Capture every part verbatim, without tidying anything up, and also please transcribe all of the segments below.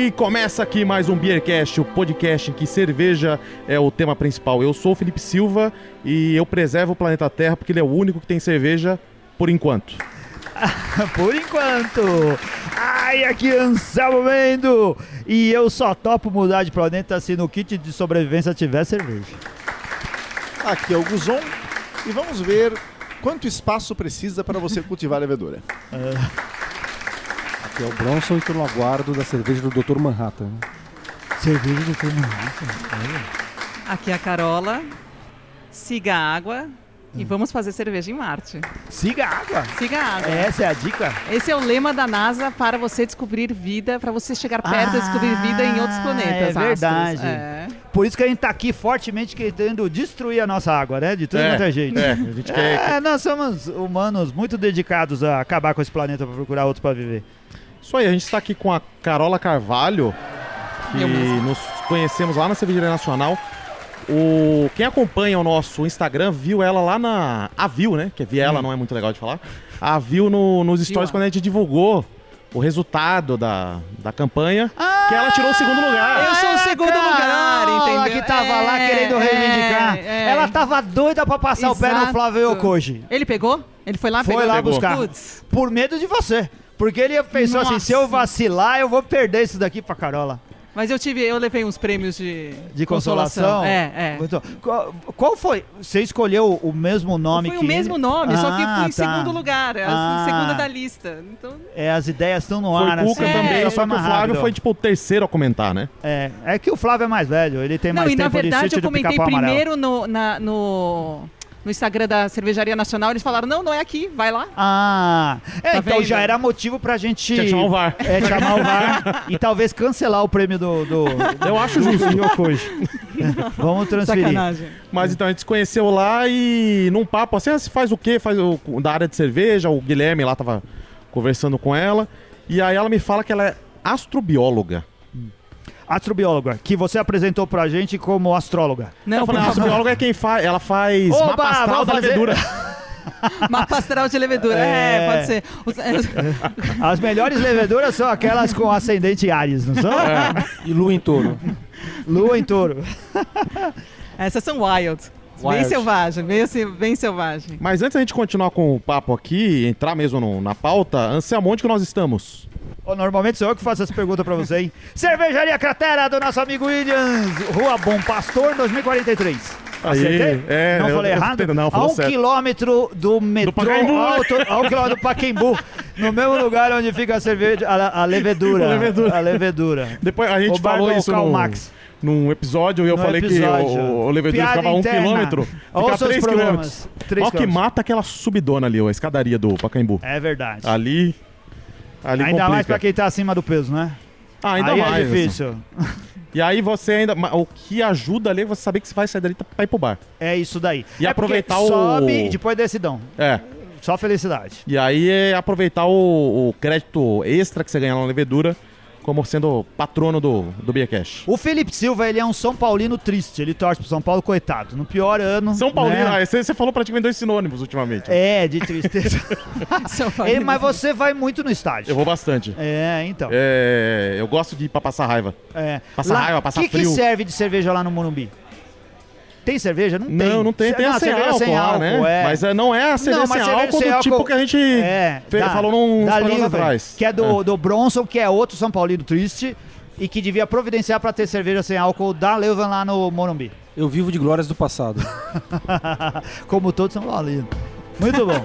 E começa aqui mais um Beercast, o podcast em que cerveja é o tema principal. Eu sou o Felipe Silva e eu preservo o planeta Terra porque ele é o único que tem cerveja por enquanto. Por enquanto. Ai, aqui Anselmo Mendo. E eu só topo mudar de planeta se no kit de sobrevivência tiver cerveja. Aqui é o Guzon e vamos ver quanto espaço precisa para você cultivar a levedura. É. Aqui é o Bronson e eu aguardo da cerveja do doutor Manhattan. Cerveja do doutor Manhattan? Olha. Aqui é a Carola. Siga a água e vamos fazer cerveja em Marte. Siga a água. Siga a água. Essa é a dica? Esse é o lema da NASA para você descobrir vida, para você chegar perto ah, e descobrir vida em outros planetas. É verdade. É. Por isso que a gente tá aqui fortemente querendo destruir a nossa água, né? De tudo quanto é jeito. É, a gente quer... é, nós somos humanos muito dedicados a acabar com esse planeta para procurar outros para viver. Isso aí, a gente está aqui com a Carola Carvalho, que nos conhecemos lá na Cervejaria Nacional. O... Quem acompanha o nosso Instagram viu ela lá na... A viu, né? Que vi ela, hum. não é muito legal de falar. A viu no, nos stories viu, quando a gente divulgou o resultado da, da campanha, ah, que ela tirou o segundo lugar. Eu sou o segundo Carol, lugar, entendeu? Ela que tava é, lá querendo reivindicar. É, é. Ela tava doida pra passar Exato. o pé no Flávio Yokoji. Ele pegou? Ele foi lá, foi pegou? lá pegou. buscar. Puts. Por medo de você. Porque ele pensou Nossa. assim, se eu vacilar, eu vou perder isso daqui pra Carola. Mas eu tive, eu levei uns prêmios de, de consolação. consolação. É, é. Muito. Qual, qual foi? Você escolheu o mesmo nome? Foi que o mesmo ele... nome, ah, só que fui em tá. segundo lugar, ah. segunda da lista. Então... É, as ideias estão no ar. Foi Cuca assim. também, é, só que o Flávio rápido. foi tipo o terceiro a comentar, né? É, é que o Flávio é mais velho, ele tem Não, mais e tempo de na verdade eu comentei primeiro no, na, no, no Instagram da Cervejaria Nacional, eles falaram, não, não é aqui, vai lá. Ah, é, tá então vendo? já era motivo pra gente... Tinha que chamar o V A R. É, chamar o V A R e talvez cancelar o prêmio do... do eu acho do, justo. Do Yokoji. Vamos transferir. Sacanagem. Mas então a gente se conheceu lá e num papo assim, você faz o quê? Faz o, da área de cerveja, o Guilherme lá tava conversando com ela. E aí ela me fala que ela é astrobióloga. Astrobióloga, que você apresentou pra gente como astróloga. Não, eu falei, astrobióloga é quem faz, ela faz Oba, mapa astral da fazer... levedura. Mapa astral de levedura, é, é pode ser. As melhores leveduras são aquelas com ascendente Ares, não são? É. E lua em touro. Lua em touro. Essas são wild. Wild. Bem selvagem, bem, bem selvagem. Mas antes da gente continuar com o papo aqui, entrar mesmo no, na pauta, Anselmo, onde que nós estamos? Oh, normalmente sou eu que faço essa pergunta pra você, hein? Cervejaria Cratera do nosso amigo Williams, Rua Bom Pastor, dois mil e quarenta e três. Acertei? É, não eu, falei eu, errado? Eu, não, a um certo. quilômetro do metrô do alto, a um quilômetro do Pacaembu, no mesmo lugar onde fica a cerveja, a, a levedura. a levedura. A levedura. Depois a gente o falou isso no, Max. num episódio e eu no falei episódio. que o, o levedura Piada ficava a um interna. quilômetro, ficava três quilômetros. Olha que mata aquela subidona ali, a escadaria do Pacaembu. É verdade. Ali, ali ainda complica. mais pra quem tá acima do peso, né? Ah, ainda aí mais. é difícil. Assim. E aí você ainda... O que ajuda ali é você saber que você vai sair dali pra ir pro bar. É isso daí. E é aproveitar o... sobe e depois decidão. É. Só felicidade. E aí é aproveitar o, o crédito extra que você ganha na levedura como sendo patrono do, do Beercast. O Felipe Silva, ele é um São Paulino triste. Ele torce pro São Paulo, coitado. No pior ano... São Paulino, né? ah, você, você falou praticamente dois sinônimos ultimamente. É, de tristeza. ele, mas você vai muito no estádio. Eu vou bastante. É, então. É, eu gosto de ir pra passar raiva. É. Passar lá, raiva, passar que frio. O que serve de cerveja lá no Morumbi? Tem cerveja? Não tem. Não, não tem. Tem não, a sem cerveja álcool sem lá, álcool, né? é. Mas é, não é a cerveja não, sem cerveja álcool sem do álcool, tipo que a gente é, fez, da, falou num da programas Liver, atrás. Que é do, é. do Bronson, que é outro São Paulino triste e que devia providenciar pra ter cerveja sem álcool da Leuven lá no Morumbi. Eu vivo de glórias do passado. Como todo São Paulino. Muito bom.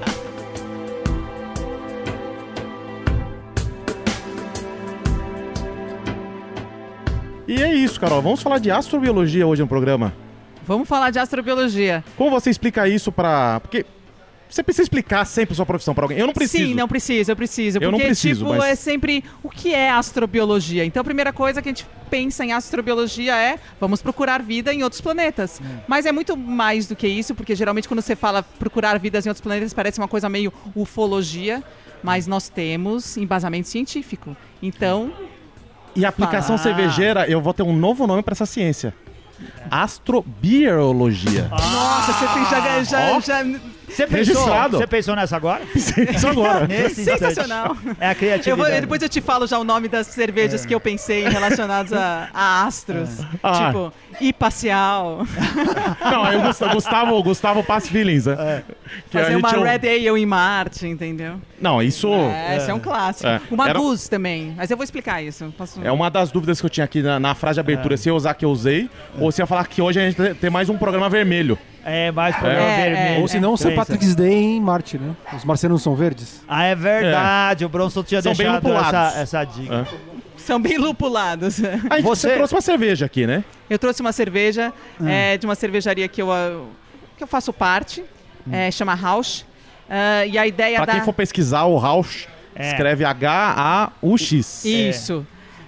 E é isso, Carol. Vamos falar de astrobiologia hoje no programa. Vamos falar de astrobiologia. Como você explica isso pra... Porque você precisa explicar sempre a sua profissão pra alguém. Eu não preciso. Sim, não preciso, eu preciso. Eu porque, não preciso, tipo, mas... é sempre... O que é astrobiologia? Então, a primeira coisa que a gente pensa em astrobiologia é... Vamos procurar vida em outros planetas. Hum. Mas é muito mais do que isso, porque geralmente quando você fala procurar vidas em outros planetas, parece uma coisa meio ufologia. Mas nós temos embasamento científico. Então... E a aplicação ah. cervejeira, eu vou ter um novo nome pra essa ciência. Astrobiologia. Nossa, você tem, já, já, oh. já Você pensou, Registrado. você pensou nessa agora? Isso agora. Nesse instante. Sensacional. É a Eu criatividade. vou- depois eu te falo já o nome das cervejas que eu pensei relacionadas a, a astros. Ah. Tipo, Ipacial. Não, aí o Gustavo, Gustavo, Gustavo Pass Feelings, né? Que a Fazer gente uma é um- Red Ale em Marte, entendeu? Não, isso É, esse é um clássico. É. Uma Era- Goose também. Mas eu vou explicar isso. Posso... é uma das dúvidas que eu tinha aqui na, na frase de abertura. Se eu usar que eu usei, ou se ia falar que hoje a gente tem mais um programa vermelho. É, mais programa É, vermelho. é, Ou se não, Saint Pensa. Patrick's Day em Marte, né? Os marcianos são verdes. Ah, é verdade. O Bronson tinha São bem deixado lupulados. essa, essa dica. É. São bem lupulados. Aí você... Você- trouxe uma cerveja aqui, né? Eu trouxe uma cerveja é, de uma cervejaria que eu, ah, que eu faço parte. É, chama Rausch. Ah, e a ideia Pra da... quem for pesquisar, o Rausch É. escreve H A U X. Isso.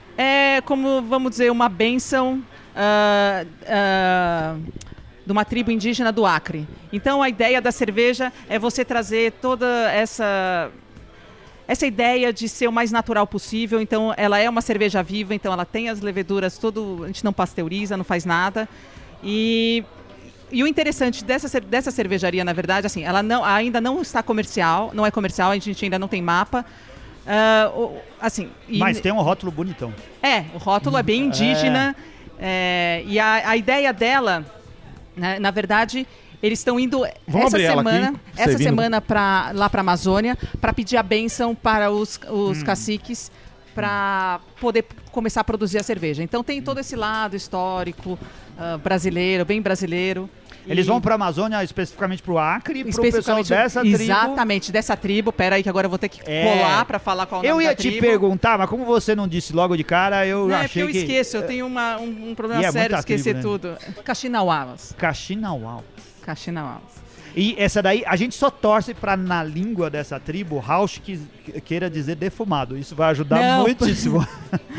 É como, vamos dizer, uma bênção ah, ah, de uma tribo indígena do Acre. Então, a ideia da cerveja é você trazer toda essa... Essa ideia de ser o mais natural possível. Então, ela é uma cerveja viva, então ela tem as leveduras, todo, a gente não pasteuriza, não faz nada. E... E o interessante dessa, cer- dessa cervejaria, na verdade, assim, ela não, ainda não está comercial, não é comercial, a gente ainda não tem mapa. Ah, o- assim, e- Mas tem um rótulo bonitão. é, o rótulo é bem indígena. é, e a, a ideia dela, né, na verdade, eles estão indo Vamos essa abrir ela semana, aqui, essa servindo. semana pra, lá para a Amazônia para pedir a bênção para os, os caciques para poder p- começar a produzir a cerveja. Então tem todo esse lado histórico ah, brasileiro, bem brasileiro. Eles E- vão para a Amazônia especificamente para o Acre, para o pessoal especificamente dessa tribo. Exatamente, dessa tribo. Pera aí que agora eu vou ter que É. colar para falar qual é o Eu nome ia da te tribo. perguntar, mas como você não disse logo de cara, eu Não, é porque achei eu que... esqueço, eu tenho uma- um, um problema E é sério de muita esquecer tribo, né? tudo. Caxinauavas. Caxinauau. Caxinauavas. E essa daí, a gente só torce pra na língua dessa tribo, Rausch que, que queira dizer defumado. Isso vai ajudar Não. muitíssimo.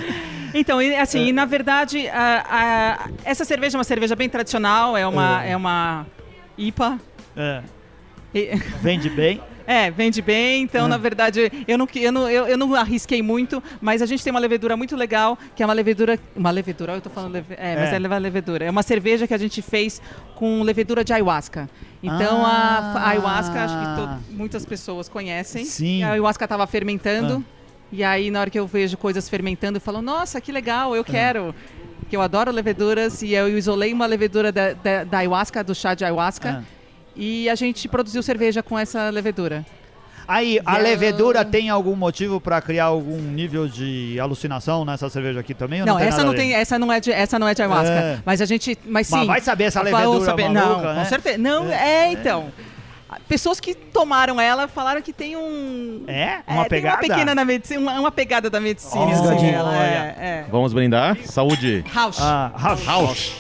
Então, e, assim, e na verdade, a- a- essa cerveja é uma cerveja bem tradicional, é uma, é. uma I P A. É, E- vende bem. É, vende bem, então, na verdade, eu não, eu, não, eu, eu não arrisquei muito, mas a gente tem uma levedura muito legal, que é uma levedura... Uma levedura, eu tô falando... Leve, é, mas É. é leva- levedura. É uma cerveja que a gente fez com levedura de ayahuasca. Então, Ah. a, a ayahuasca, acho que to- muitas pessoas conhecem. Sim. E a ayahuasca estava fermentando, e aí, na hora que eu vejo coisas fermentando, eu falo, nossa, que legal, eu quero... Que eu adoro leveduras, e eu isolei uma levedura da, da, da ayahuasca, do chá de ayahuasca, Ah. e a gente produziu cerveja com essa levedura. Aí, a E levedura ela- tem algum motivo pra criar algum nível de alucinação nessa cerveja aqui também? ou Não, tem essa nada não a ver? tem, essa não é de, essa não é de ayahuasca. É. Mas a gente, mas sim. Mas vai saber essa Vamos levedura saber- maluca, não, né? com certeza. Não, é, então. Pessoas que tomaram ela falaram que tem um É? Uma é, pegada? Tem uma pequena na medicina, uma, uma pegada da medicina. Olha. assim, ela é, é. Vamos brindar. Saúde. Rausch. Ah, Rausch. Rausch.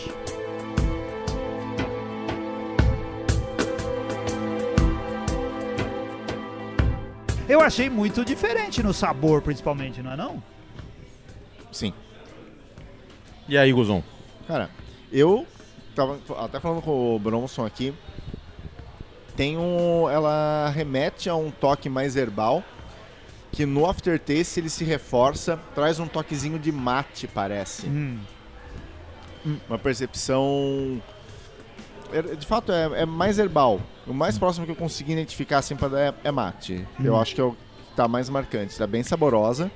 Eu achei muito diferente no sabor, principalmente, não é não? Sim. E aí, Guzon? Cara, eu tava até falando com o Bronson aqui. Tem um. Ela remete a um toque mais herbal. Que no aftertaste ele se reforça, traz um toquezinho de mate, parece. Hum. Uma percepção. é- De fato, é, é mais herbal. O mais próximo que eu consegui identificar assim pra dar é, é mate. Eu acho que é o que tá mais marcante. Tá bem saborosa.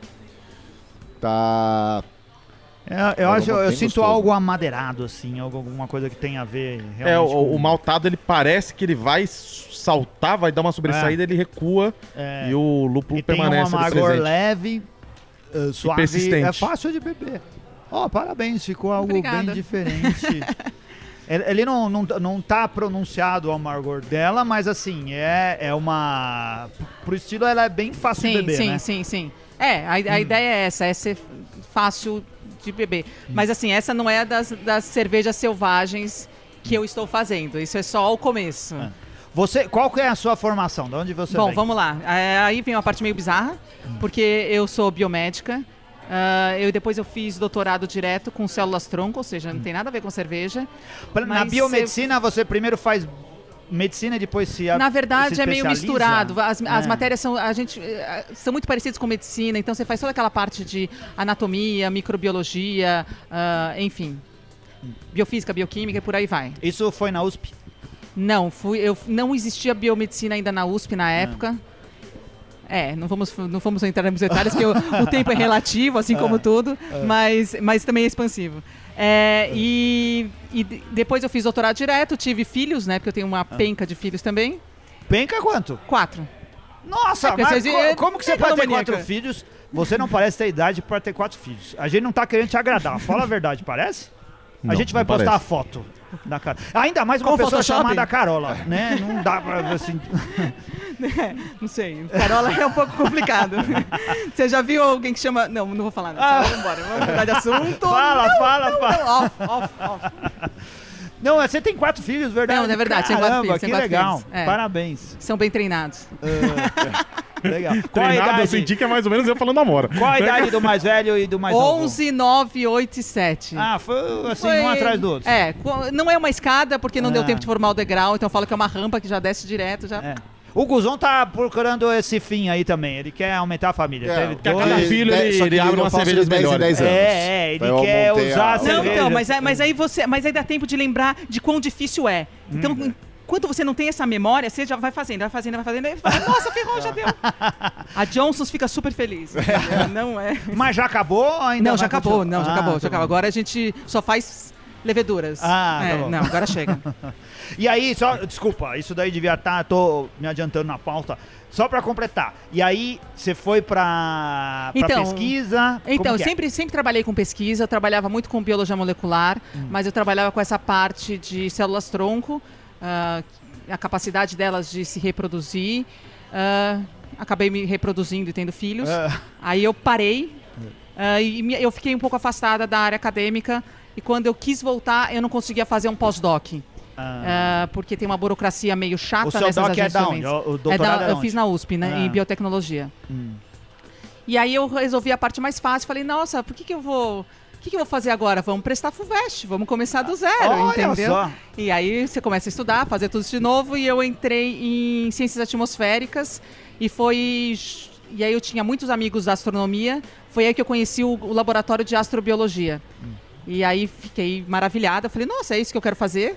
Tá. É, eu Mas acho, é eu bem sinto gostoso. algo amadeirado, assim, algo- alguma coisa que tem a ver realmente É, o, com... o maltado, ele parece que ele vai saltar, vai dar uma sobressaída, ele recua É, e o lúpulo e tem um permanece ali amargor presente. leve, uh, suave, persistente. é fácil de beber. Ó, parabéns, ficou algo Obrigada. bem diferente. ele ele não, não, não tá pronunciado o amargor dela, mas assim, é, é uma... Pro estilo ela é bem fácil de Sim, beber, sim, né? sim, sim. É, a, a ideia é essa, é ser fácil de beber. Mas assim, essa não é das, das cervejas selvagens que eu estou fazendo. Isso é só o começo. É. Você, qual que é a sua formação? De onde você Bom, vem? vamos lá. É, aí vem uma parte meio bizarra, porque eu sou biomédica. Ah, eu depois eu fiz doutorado direto com células tronco, ou seja, não tem nada a ver com cerveja. Pra- Na mas biomedicina, você primeiro faz medicina e depois se a- Na verdade, se é meio especializa? misturado. As, as É. matérias são, a gente, eh, são muito parecidas com medicina, então você faz toda aquela parte de anatomia, microbiologia, ah, enfim. Biofísica, bioquímica e por aí vai. Isso foi na U S P? Não, fui, eu, não existia biomedicina ainda na U S P na época. É, não vamos, não vamos entrar nos detalhes, porque o, o tempo é relativo, assim como tudo, mas, mas também é expansivo. É, e, e depois eu fiz doutorado direto, tive filhos, né? Porque eu tenho uma penca de filhos também. Penca quanto? Quatro. Nossa, É, mas vocês- co- é- como que você é pode ter megalomaníaca. quatro filhos? Você não parece ter idade para ter quatro filhos. A gente não tá querendo te agradar. Fala a verdade, parece? A Não, gente vai não postar parece. a foto da cara. Ainda mais uma Com pessoa Photoshop? chamada Carola, né? Não dá pra assim. Não sei, Carola é um pouco complicado. Você já viu alguém que chama... Não, não vou falar, não. Ah. Vamos embora, vamos mudar de assunto. Fala, fala, fala. Não, off, off, off. Não, você tem quatro filhos, verdade? Não, é verdade, tem quatro Caramba, filhos, que tem quatro legal. filhos, é. Parabéns. São bem treinados. Legal. Qual a Treinado, eu idade? senti que é mais ou menos eu falando Amora. Qual a idade do mais velho e do mais novo? onze, nove, oito e sete. Ah, foi assim, Foi- um atrás do outro. É, co- não é uma escada, porque não Ah. deu tempo de formar o degrau, então eu falo que é uma rampa que já desce direto, já... É. O Guzon tá procurando esse fim aí também. Ele quer aumentar a família. Teve que a cada dois- filho dez- ele- só que ele abre eu umas faço cervejas de dez em melhores. dez anos. É, é, ele Então eu quer montei usar a- a Não, cerveja. então, mas, aí- mas aí você, mas aí dá tempo de lembrar de quão difícil é. Então, Hum. enquanto você não tem essa memória, você já vai fazendo, vai fazendo, vai fazendo, aí fala, nossa, ferrou, já deu. A Johnson's fica super feliz. entendeu? Não é. Mas já acabou ou ainda Não, vai já acabou, continuar? não, já Ah, acabou, tá já acabou. bom. Agora a gente só faz leveduras. Ah, tá É, bom. não, agora chega. E aí, só, desculpa, isso daí devia estar, tô me adiantando na pauta. Só pra completar. E aí, você foi pra, pra Então, pesquisa? Então, Como eu que é? sempre, sempre trabalhei com pesquisa, eu trabalhava muito com biologia molecular, Hum. mas eu trabalhava com essa parte de células-tronco, ah, a capacidade delas de se reproduzir. ah, acabei me reproduzindo e tendo filhos. Ah. Aí eu parei ah, e me- eu fiquei um pouco afastada da área acadêmica e quando eu quis voltar, eu não conseguia fazer um pós-doc. Ah. ah, porque tem uma burocracia meio chata O seu nessas doc é da onde? agenciamentos. O- o É doutorado da- é eu onde? fiz na U S P, né, Ah. em biotecnologia. Hum. E aí eu resolvi a parte mais fácil. Falei, nossa, por que, que eu vou. O que, que eu vou fazer agora? Vamos prestar FUVEST, vamos começar do zero, Olha entendeu? só. E aí você começa a estudar, fazer tudo de novo. E eu entrei em ciências atmosféricas e foi. E aí eu tinha muitos amigos da astronomia. Foi aí que eu conheci o, o laboratório de astrobiologia. E aí fiquei maravilhada. Falei, nossa, é isso que eu quero fazer.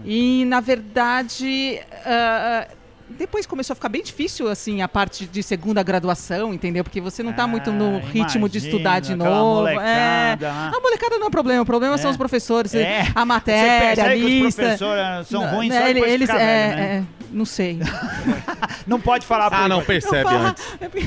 E na verdade. ah, ah, depois começou a ficar bem difícil, assim, a parte de segunda graduação, entendeu? Porque você não tá muito no Ah, ritmo de imagino, estudar de aquela novo. molecada, é. né? A molecada não é problema, o problema É. são os professores, É. a matéria, Você a percebe que os lista. professores são Não, ruins né, só ele- depois de eles, ficar é, velho, né? é, não sei. Não pode falar por Ah, não, enquanto. percebe Eu falo- antes.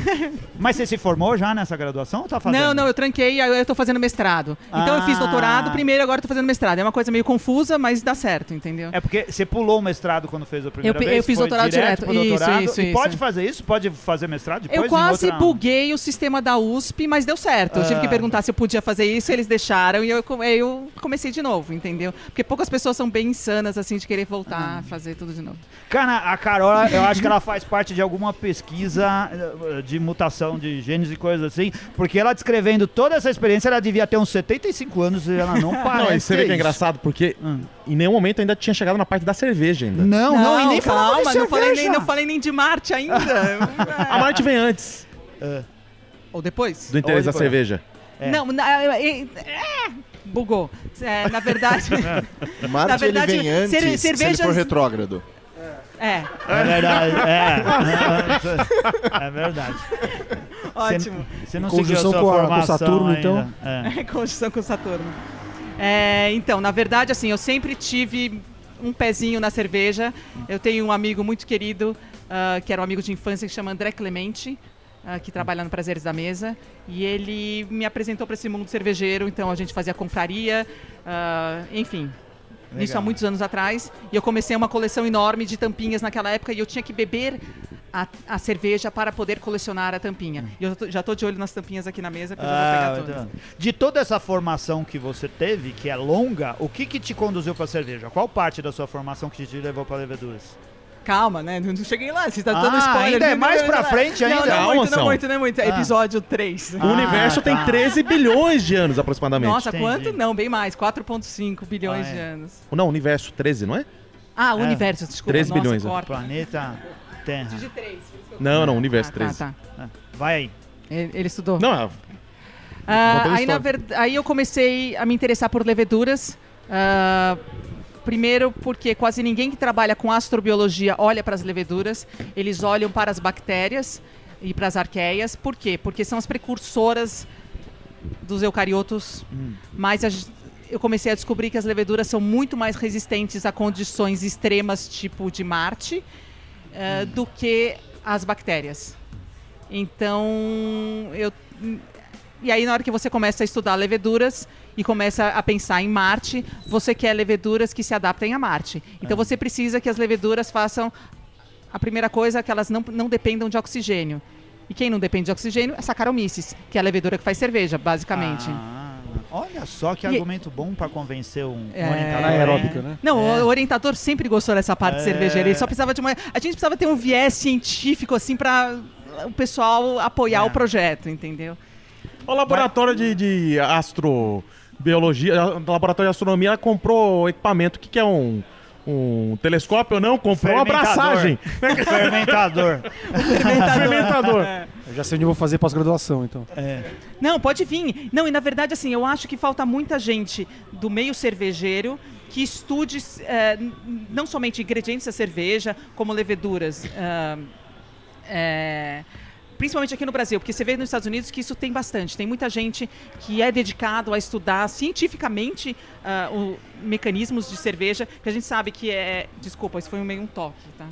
Mas você se formou já nessa graduação ou tá fazendo? Não, não, eu tranquei, aí eu tô fazendo mestrado. Então eu fiz Ah. doutorado primeiro, agora eu tô fazendo mestrado. É uma coisa meio confusa, mas dá certo, entendeu? É porque você pulou o mestrado quando fez a primeira Eu pe- vez? eu fiz foi doutorado direto. pro Isso, doutorado, isso, e isso. pode fazer isso? Pode fazer mestrado depois Eu em quase outra... buguei o sistema da U S P, mas deu certo. Eu tive Ah. que perguntar se eu podia fazer isso, eles deixaram e eu, co- eu comecei de novo, entendeu? Porque poucas pessoas são bem insanas, assim, de querer voltar a fazer tudo de novo. Cara, a Carola, eu acho que ela faz parte de alguma pesquisa eh, de mutação de genes e coisas assim, porque ela descrevendo toda essa experiência, ela devia ter uns setenta e cinco anos e ela não parece Não, e você vê que é isso. engraçado, porque Hum. em nenhum momento ainda tinha chegado na parte da cerveja ainda. Não, não, e nem falava de calma, não falei, nem, cerveja. não falei nem de Marte ainda. A Marte vem antes Ou depois? do interesse Ou da depois. cerveja. É. Não, na, é, é, bugou. É, na verdade... Marte Na verdade, ele vem antes cer- se ele cervejas- for retrógrado. é, É verdade, é. É verdade. ótimo. Você não Conjunção seguiu a sua com a- com formação Saturno, ainda. então? É. Conjunção com Saturno. É, então, na verdade, assim, eu sempre tive um pezinho na cerveja. Eu tenho um amigo muito querido, ah, que era um amigo de infância, que chama André Clemente, ah, que trabalha no Prazeres da Mesa. E ele me apresentou para esse mundo cervejeiro, então a gente fazia confraria, ah, enfim. Legal. Isso há muitos anos atrás. E eu comecei uma coleção enorme de tampinhas naquela época e eu tinha que beber a, a cerveja para poder colecionar a tampinha. E eu tô- já estou de olho nas tampinhas aqui na mesa, porque eu já vou Ah, pegar muito todas. bom. De toda essa formação que você teve, que é longa, o que que te conduziu para cerveja? Qual parte da sua formação que te levou para leveduras? Calma, né? Não cheguei lá, você está Ah, dando spoiler. ainda é Não, mais não, pra não, frente não, ainda? Não, Calma, não muito, não São. muito, não muito. É episódio três. O universo Ah, tem tá. treze bilhões de anos aproximadamente. Nossa, entendi. quanto? Não, bem mais. quatro vírgula cinco bilhões Ah, é. de anos. Não, universo treze, não é? Ah, o É. universo, desculpa. treze Nossa, bilhões, né? corta. Planeta Terra. De três. Não, não, universo Ah, treze. tá, tá. Ah, vai aí. Ele, ele estudou. Não, é- Ah, Contando aí, na história. ver- aí eu comecei a me interessar por leveduras. ah, primeiro porque quase ninguém que trabalha com astrobiologia olha para as leveduras, eles olham para as bactérias e para as arqueias. Por quê? Porque são as precursoras dos eucariotos, hum. mas a, eu comecei a descobrir que as leveduras são muito mais resistentes a condições extremas, tipo de Marte, uh, hum. do que as bactérias. Então, eu... E aí, na hora que você começa a estudar leveduras e começa a pensar em Marte, você quer leveduras que se adaptem a Marte. Então, é. você precisa que as leveduras façam... A primeira coisa é que elas não, não dependam de oxigênio. E quem não depende de oxigênio é Saccharomyces, que é a levedura que faz cerveja, basicamente. Ah, olha só que e... argumento bom para convencer um, é... um orientador. Aeróbica, né? Não, é. o orientador sempre gostou dessa parte é. cervejeira. Ele só precisava de uma... A gente precisava ter um viés científico, assim, para o pessoal apoiar é. o projeto, entendeu? O laboratório de, de astrobiologia, o laboratório de astronomia comprou equipamento. O que, que é um, um telescópio ou não? Comprou uma abraçagem. Fermentador. Fermentador. Fermentador. É. Eu já sei onde eu vou fazer pós-graduação, então. É. Não, pode vir. Não, e na verdade, assim, eu acho que falta muita gente do meio cervejeiro que estude é, não somente ingredientes da cerveja, como leveduras. É, é, principalmente aqui no Brasil, porque você vê nos Estados Unidos que isso tem bastante. Tem muita gente que é dedicado a estudar cientificamente uh, o, mecanismos de cerveja, que a gente sabe que é... Desculpa, isso foi meio um toque, tá?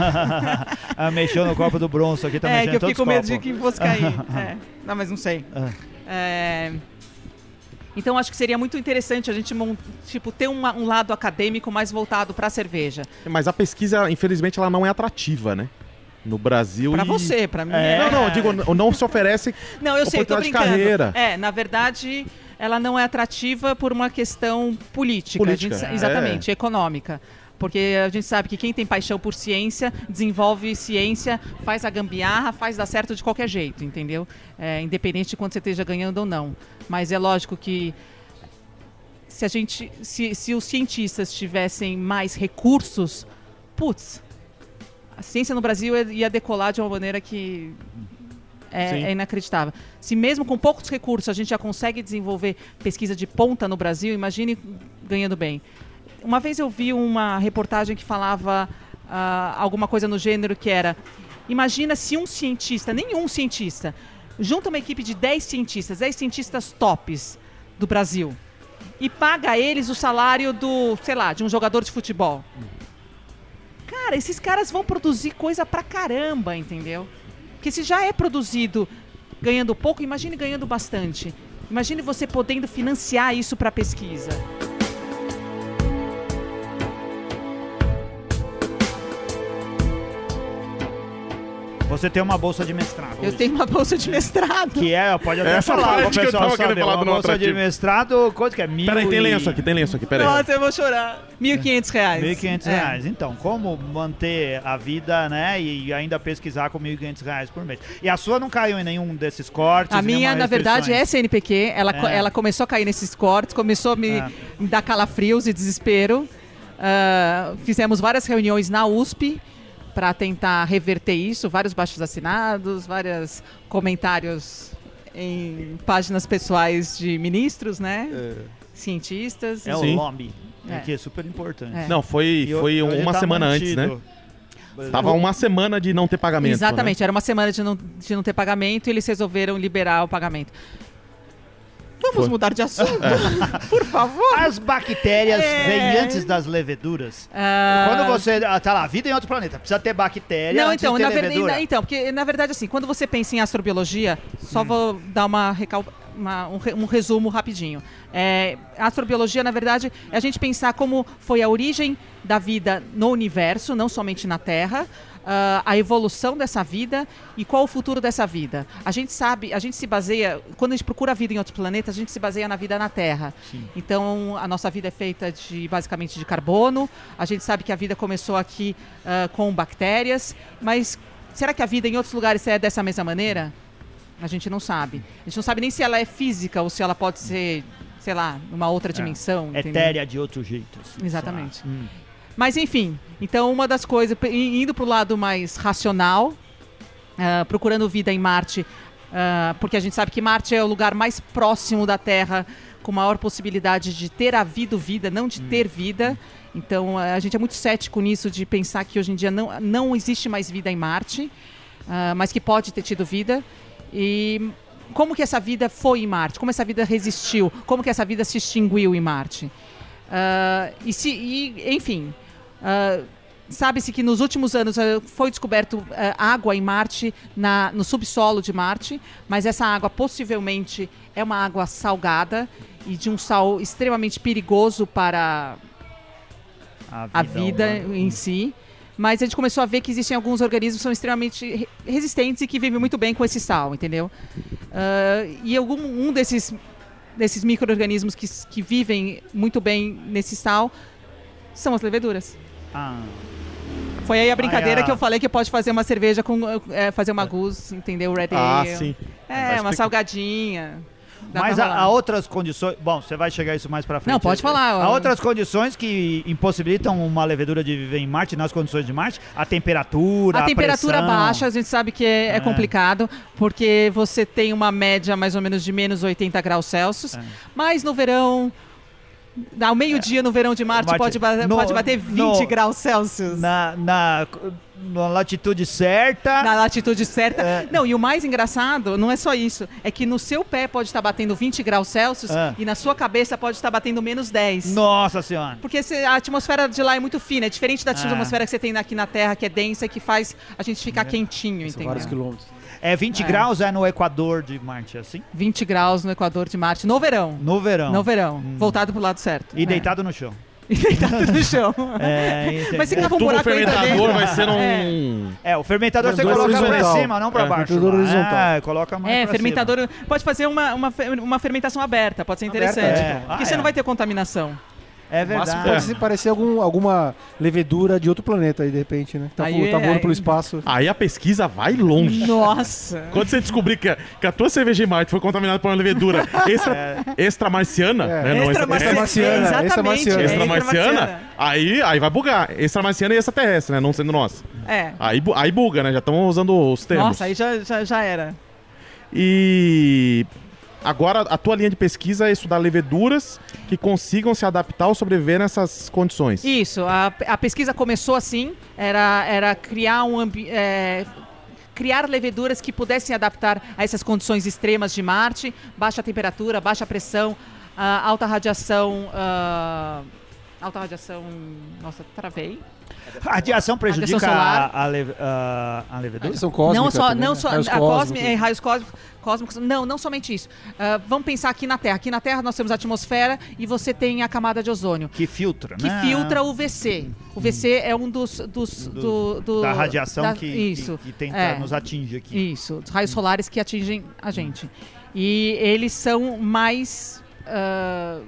ah, mexeu no copo do Bronson aqui também. É, que eu fiquei com medo de que fosse cair. é. Não, mas não sei. É... Então, acho que seria muito interessante a gente tipo, ter uma, um lado acadêmico mais voltado para a cerveja. Mas a pesquisa, infelizmente, ela não é atrativa, né? No Brasil Pra e... você, pra mim. É. É. Não, não, eu digo, não se oferece não, eu sei, tô brincando. De carreira. É, na verdade, ela não é atrativa por uma questão política. Política, a gente, é. Exatamente, econômica. Porque a gente sabe que quem tem paixão por ciência, desenvolve ciência, faz a gambiarra, faz dar certo de qualquer jeito, entendeu? É, independente de quanto você esteja ganhando ou não. Mas é lógico que se, a gente, se, se os cientistas tivessem mais recursos, putz, a ciência no Brasil ia decolar de uma maneira que é, é inacreditável. Se mesmo com poucos recursos a gente já consegue desenvolver pesquisa de ponta no Brasil, imagine ganhando bem. Uma vez eu vi uma reportagem que falava uh, alguma coisa no gênero que era: imagina se um cientista, nenhum cientista, junta uma equipe de dez cientistas, dez cientistas tops do Brasil e paga a eles o salário do, sei lá, de um jogador de futebol. Cara, esses caras vão produzir coisa pra caramba, entendeu? Porque se já é produzido ganhando pouco, imagine ganhando bastante. Imagine você podendo financiar isso pra pesquisa. Você tem uma bolsa de mestrado. Eu hoje. tenho uma bolsa de mestrado. Que é, pode até Essa falar, parte o que eu tava saber, querendo falar uma do bolsa atrativo. de mestrado, quanto que é? Mil Peraí, tem e- lenço aqui, tem lenço aqui, peraí. Nossa, eu vou chorar. mil e quinhentos reais. mil e quinhentos É. reais. Então, como manter a vida, né, e ainda pesquisar com mil e quinhentos reais por mês? E a sua não caiu em nenhum desses cortes? A minha, na verdade, é C N P Q. Ela, É. ela começou a cair nesses cortes, começou a me, É. me dar calafrios e desespero. Ah, fizemos várias reuniões na U S P para tentar reverter isso, vários baixos assinados, vários comentários em páginas pessoais de ministros, né? É. Cientistas. É o Sim. lobby, É. que é super importante. É. Não, foi, E foi hoje uma tá semana antes, mantido. né? Tava uma semana de não ter pagamento. Exatamente, Né? era uma semana de não, de não ter pagamento e eles resolveram liberar o pagamento. Vamos Foi. mudar de assunto, por favor. As bactérias É. vêm antes das leveduras. Ah, Quando você... Ah, tá lá, vida em outro planeta. Precisa ter bactéria Não, antes então, de ter na ver- levedura. então, porque na verdade, assim, quando você pensa em astrobiologia, só vou dar uma, recal... uma um, re- um resumo rapidinho. É, a astrobiologia, na verdade, é a gente pensar como foi a origem da vida no universo, não somente na Terra, ah, a evolução dessa vida e qual o futuro dessa vida. A gente sabe, a gente se baseia, quando a gente procura a vida em outros planetas, a gente se baseia na vida na Terra. Então, a nossa vida é feita de basicamente de carbono. A gente sabe que a vida começou aqui ah, com bactérias, mas será que a vida em outros lugares é dessa mesma maneira? A gente não sabe. A gente não sabe nem se ela é física ou se ela pode ser, sei lá, numa outra dimensão. entendeu? Etérea de outro jeito. assim, Exatamente. sei lá. Hum. Mas enfim, então uma das coisas, p- i- indo para o lado mais racional, ah, procurando vida em Marte, ah, porque a gente sabe que Marte é o lugar mais próximo da Terra, com maior possibilidade de ter havido vida, não de ter vida. Então, a gente é muito cético nisso de pensar que hoje em dia não, não existe mais vida em Marte, uh, mas que pode ter tido vida. E como que essa vida foi em Marte? Como essa vida resistiu? Como que essa vida se extinguiu em Marte? Uh, e, se, e, enfim, uh, sabe-se que nos últimos anos uh, foi descoberto uh, água em Marte, na, no subsolo de Marte, mas essa água possivelmente é uma água salgada e de um sal extremamente perigoso para a vida, a vida em si. Mas a gente começou a ver que existem alguns organismos que são extremamente resistentes e que vivem muito bem com esse sal, entendeu? Uh, e algum, um desses, desses micro-organismos que, que vivem muito bem nesse sal são as leveduras. Ah. Foi aí a brincadeira ah, é. que eu falei que pode fazer uma cerveja com... É, fazer uma goose, entendeu? Red Ah, ale. sim. É, uma salgadinha. Dá Mas pra há, rolar. há outras condições... Bom, você vai chegar isso mais pra frente. Não, pode falar. Há outras condições que impossibilitam uma levedura de viver em Marte, nas condições de Marte? A temperatura, a A temperatura pressão. baixa, a gente sabe que é, é É. complicado, porque você tem uma média mais ou menos de menos oitenta graus Celsius, É. mas no verão... Ao meio-dia no verão de Marte, Marte, pode, ba- no- pode bater vinte no- graus Celsius. Na, na, na latitude certa... Na latitude certa. É. Não, e o mais engraçado não é só isso. É que no seu pé pode estar batendo vinte graus Celsius É. e na sua cabeça pode estar batendo menos dez. Nossa Senhora. Porque se- a atmosfera de lá é muito fina. É diferente da Ah. atmosfera que você tem aqui na Terra, que é densa e que faz a gente ficar quentinho, São entendeu? vários quilômetros. É vinte É. graus é no Equador de Marte, assim? vinte graus no Equador de Marte, no verão. No verão. No verão. Voltado pro lado certo. E É. deitado no chão. E deitado no chão. É, entendi. Mas se cava um Tubo buraco aí fermentador dentro. vai ser um... É, o fermentador você Fermentador coloca pra horizontal. cima, não pra É, baixo. fermentador lá. horizontal. É, coloca mais É, pra fermentador. Pode fazer uma, uma, fe- uma fermentação aberta, pode ser interessante. Aberta, é. Porque Ah, você é. não vai ter contaminação. cima. É O máximo verdade. pode se parecer algum, alguma levedura de outro planeta aí, de repente, né? Tá, Aí vo- tá é- voando aí- pelo espaço. Aí a pesquisa vai longe. Nossa. Quando você descobrir que a, que a tua cerveja em Marte foi contaminada por uma levedura extra, extra marciana, É. né? Não, Extra extra, marciana, exatamente, extra marciana. é extra marciana, extramarciana. aí, aí vai bugar. Extra marciana e extra terrestre, né? Não sendo nossa. É. Aí, bu- aí buga, né? Já estamos usando os termos. Nossa, aí já, já, já era. E agora a tua linha de pesquisa é estudar leveduras que consigam se adaptar ou sobreviver nessas condições. Isso, a, a pesquisa começou assim, era, era criar um ambi- é, criar leveduras que pudessem adaptar a essas condições extremas de Marte, baixa temperatura, baixa pressão, ah, alta radiação, ah, alta radiação, nossa, travei. A radiação prejudica Radiação solar. a, a, leve- a- a levedura? Radiação cósmica não só, também, não né? só Raios a cósmicos. cosmi- é, raios cósmicos, cósmicos, não, não somente isso. Ah, vamos pensar aqui na Terra. Aqui na Terra nós temos a atmosfera e você tem a camada de ozônio. Que filtra, Que né? filtra o U V C. O U V C é um dos... dos do, do- Da radiação da- que, isso, que, que tenta é. nos atinge aqui. Isso, os raios solares que atingem a gente. E eles são mais... ah,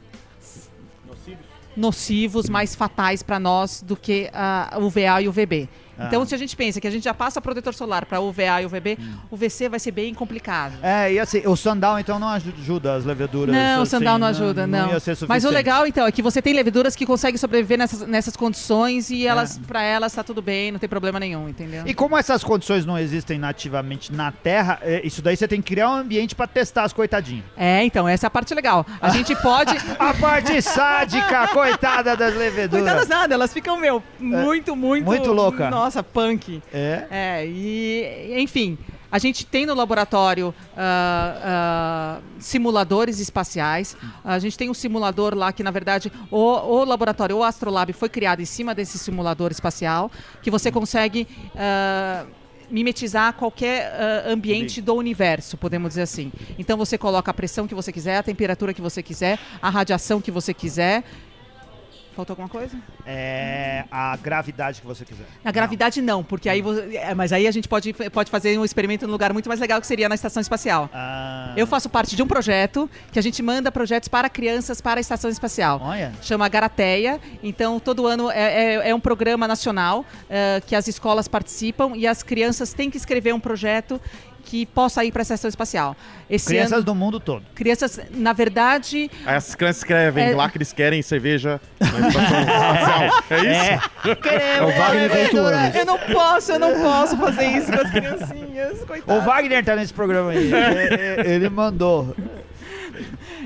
nocivos, mais fatais para nós do que a U V A e o U V B. Ah. Então, se a gente pensa que a gente já passa protetor solar para U V A e U V B, o U V C vai ser bem complicado. É, e assim, o Sandal então não ajuda as leveduras. Não, o assim, Sandal não ajuda, não. ia ser Mas o suficiente. legal, então, é que você tem leveduras que conseguem sobreviver nessas, nessas condições e elas, para elas tá tudo bem, não tem problema nenhum, entendeu? E como essas condições não existem nativamente na Terra, é, isso daí você tem que criar um ambiente pra testar as coitadinhas. É, então, essa é a parte legal. A gente pode... A parte sádica, coitada das leveduras. Coitadas nada, elas ficam, meu, muito, muito... muito louca. Nossa, punk. É? É, e, enfim, a gente tem no laboratório ah, ah, simuladores espaciais. A gente tem um simulador lá que, na verdade, o, o laboratório, o Astrolab, foi criado em cima desse simulador espacial, que você consegue ah, mimetizar qualquer ah, ambiente do universo, podemos dizer assim. Então você coloca a pressão que você quiser, a temperatura que você quiser, a radiação que você quiser. Faltou alguma coisa? É a gravidade que você quiser. A gravidade não, porque aí vo- é, mas aí a gente pode, pode fazer um experimento num lugar muito mais legal, que seria na estação espacial. Ah, Eu faço parte de um projeto que a gente manda projetos para crianças para a estação espacial. Olha. Chama Garateia. Então, todo ano é, é- é um programa nacional eh, que as escolas participam e as crianças têm que escrever um projeto que possa ir para a estação espacial. Esse Crianças ano, do mundo todo. crianças, na verdade, Aí as crianças escrevem É. lá que eles querem cerveja na estação espacial. É isso? É o Wagner de oito anos. eu não posso, eu não posso fazer isso com as criancinhas, O coitadas. Wagner tá nesse programa aí. É, é, Ele mandou.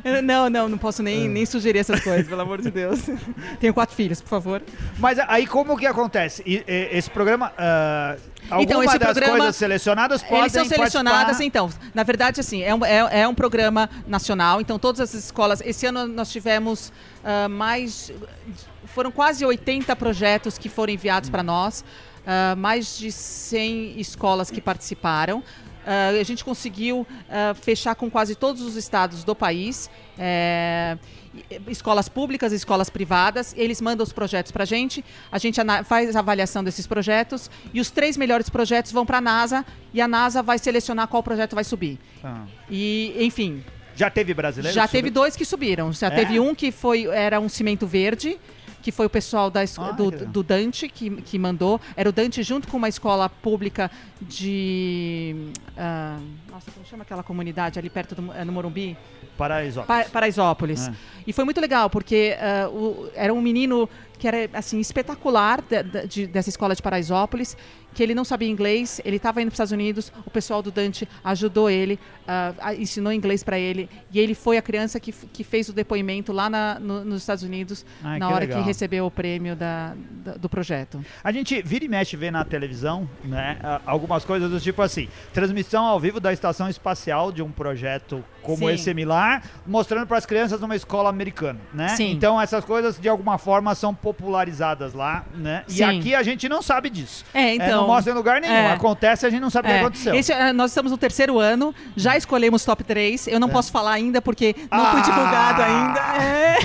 Eu- Não, não, não posso nem, nem sugerir essas coisas, pelo amor de Deus. Tenho quatro filhos, por favor. Mas aí como que acontece? E- e- esse programa, ah, Então, alguma esse das programa- coisas selecionadas podem Eles são selecionadas, participar- então, na verdade, assim, é um, é, é um programa nacional, então todas as escolas, esse ano nós tivemos ah, mais, foram quase oitenta projetos que foram enviados para nós, ah, mais de cem escolas que participaram. Ah, a gente conseguiu ah, fechar com quase todos os estados do país, é, escolas públicas, escolas privadas, eles mandam os projetos para a gente, a gente ana- faz a avaliação desses projetos e os três melhores projetos vão para a NASA e a NASA vai selecionar qual projeto vai subir. Ah. E, enfim, Já teve brasileiro? já que teve subiu? dois que subiram. Já É? teve um que foi, era um cimento verde, que foi o pessoal da, es- Ah, do, que legal. do Dante que, que mandou. Era o Dante junto com uma escola pública de... ah, nossa, como chama aquela comunidade ali perto do é no Morumbi? Paraisópolis. Pa Paraisópolis. É. E foi muito legal, porque ah, o- era um menino que era assim espetacular de- de- de- dessa escola de Paraisópolis, que ele não sabia inglês, ele estava indo para os Estados Unidos, o pessoal do Dante ajudou ele, ah, a- ensinou inglês para ele, e ele foi a criança que, f- que fez o depoimento lá na- no- nos Estados Unidos, Ai, na que hora legal. que recebeu o prêmio da- da- do projeto. A gente vira e mexe vê na televisão, né, a- algumas coisas do tipo assim, transmissão ao vivo da estação espacial de um projeto como Sim. esse similar, mostrando para as crianças numa escola americana, né? Sim. Então essas coisas de alguma forma são popularizadas lá, né? E Sim. aqui a gente não sabe disso. É, então... não mostra em lugar nenhum. é. Acontece, a gente não sabe o É, que aconteceu. esse, eh, nós estamos no terceiro ano, já escolhemos top três. Eu não posso falar ainda porque não foi Ah! divulgado ainda. É.